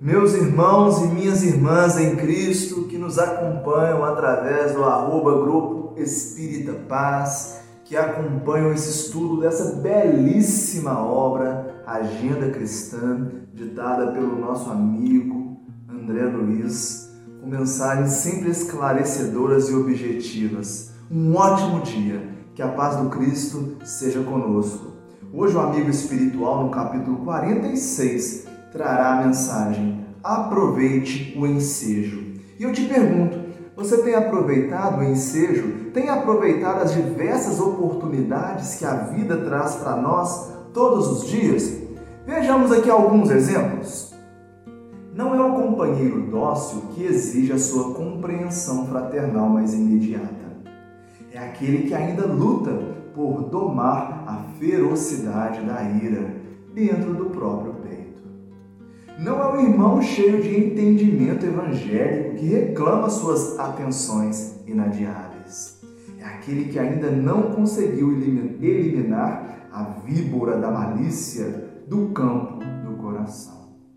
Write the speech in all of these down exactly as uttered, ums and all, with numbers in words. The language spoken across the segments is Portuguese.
Meus irmãos e minhas irmãs em Cristo que nos acompanham através do arroba Grupo Espírita Paz, que acompanham esse estudo dessa belíssima obra, Agenda Cristã, ditada pelo nosso amigo André Luiz, com mensagens sempre esclarecedoras e objetivas. Um ótimo dia, que a paz do Cristo seja conosco. Hoje o amigo espiritual, no capítulo quarenta e seis, trará a mensagem: aproveite o ensejo. E eu te pergunto, você tem aproveitado o ensejo? Tem aproveitado as diversas oportunidades que a vida traz para nós todos os dias? Vejamos aqui alguns exemplos. Não é o companheiro dócil que exige a sua compreensão fraternal mais imediata. É aquele que ainda luta por domar a ferocidade da ira dentro do próprio peito. Não é o irmão cheio de entendimento evangélico que reclama suas atenções inadiáveis. É aquele que ainda não conseguiu eliminar a víbora da malícia do campo do coração.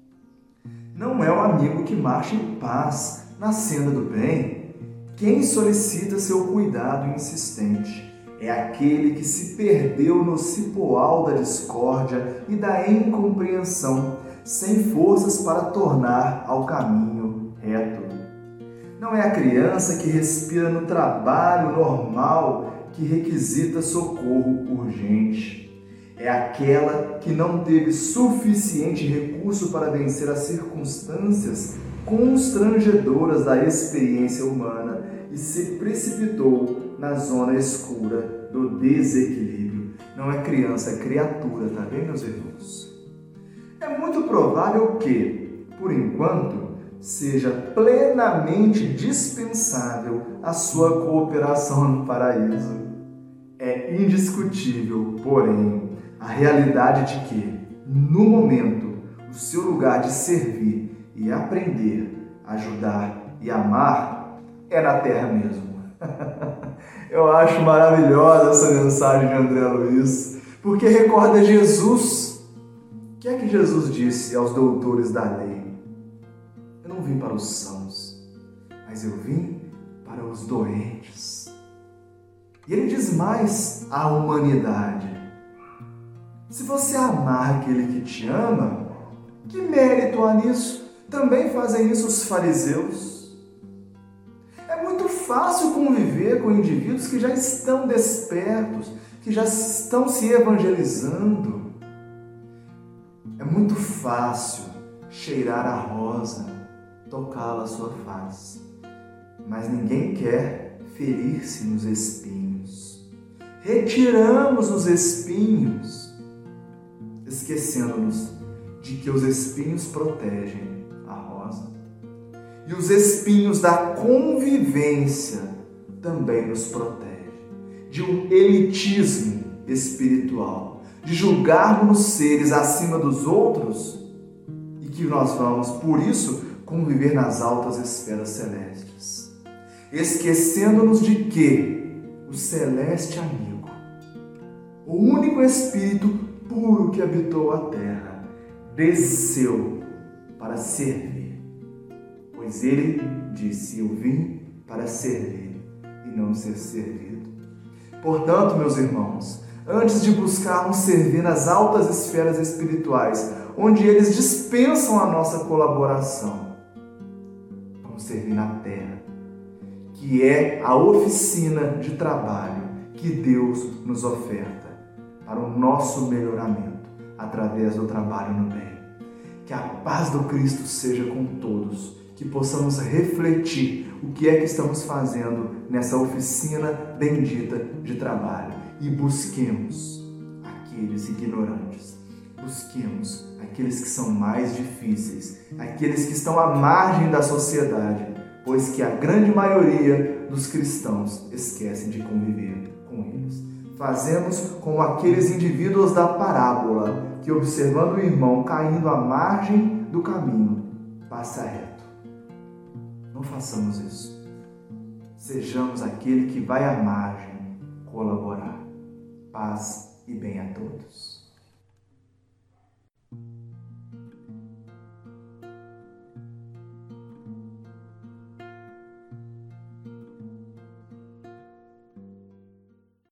Não é o amigo que marcha em paz na senda do bem, quem solicita seu cuidado insistente. É aquele que se perdeu no cipoal da discórdia e da incompreensão, sem forças para tornar ao caminho reto. Não é a criança que respira no trabalho normal, que requisita socorro urgente. É aquela que não teve suficiente recurso para vencer as circunstâncias constrangedoras da experiência humana e se precipitou na zona escura do desequilíbrio. Não é criança, é criatura, tá bem, meus irmãos? É muito provável que, por enquanto, seja plenamente dispensável a sua cooperação no paraíso. É indiscutível, porém, a realidade de que, no momento, o seu lugar de servir e aprender, ajudar e amar é na terra mesmo. Eu acho maravilhosa essa mensagem de André Luiz, porque recorda Jesus. O que é que Jesus disse aos doutores da lei? Eu não vim para os sãos, mas eu vim para os doentes. E ele diz mais à humanidade: se você amar aquele que te ama, que mérito há nisso? Também fazem isso os fariseus. É muito fácil conviver com indivíduos que já estão despertos, que já estão se evangelizando. É muito fácil cheirar a rosa, tocá-la à sua face, mas ninguém quer ferir-se nos espinhos. Retiramos os espinhos, esquecendo-nos de que os espinhos protegem a rosa. E os espinhos da convivência também nos protegem de um elitismo espiritual, de julgarmos seres acima dos outros e que nós vamos, por isso, conviver nas altas esferas celestes, esquecendo-nos de que o celeste amigo, o único Espírito puro que habitou a terra, desceu para servir, pois ele disse: eu vim para servir e não ser servido. Portanto, meus irmãos, antes de buscarmos servir nas altas esferas espirituais, onde eles dispensam a nossa colaboração, vamos servir na terra, que é a oficina de trabalho que Deus nos oferta para o nosso melhoramento através do trabalho no bem. Que a paz do Cristo seja com todos, que possamos refletir o que é que estamos fazendo nessa oficina bendita de trabalho e busquemos aqueles ignorantes, busquemos aqueles que são mais difíceis, aqueles que estão à margem da sociedade, pois que a grande maioria dos cristãos esquecem de conviver com eles. Fazemos como aqueles indivíduos da parábola que, observando o irmão caindo à margem do caminho, passa reto. Não façamos isso. Sejamos aquele que vai à margem colaborar. Paz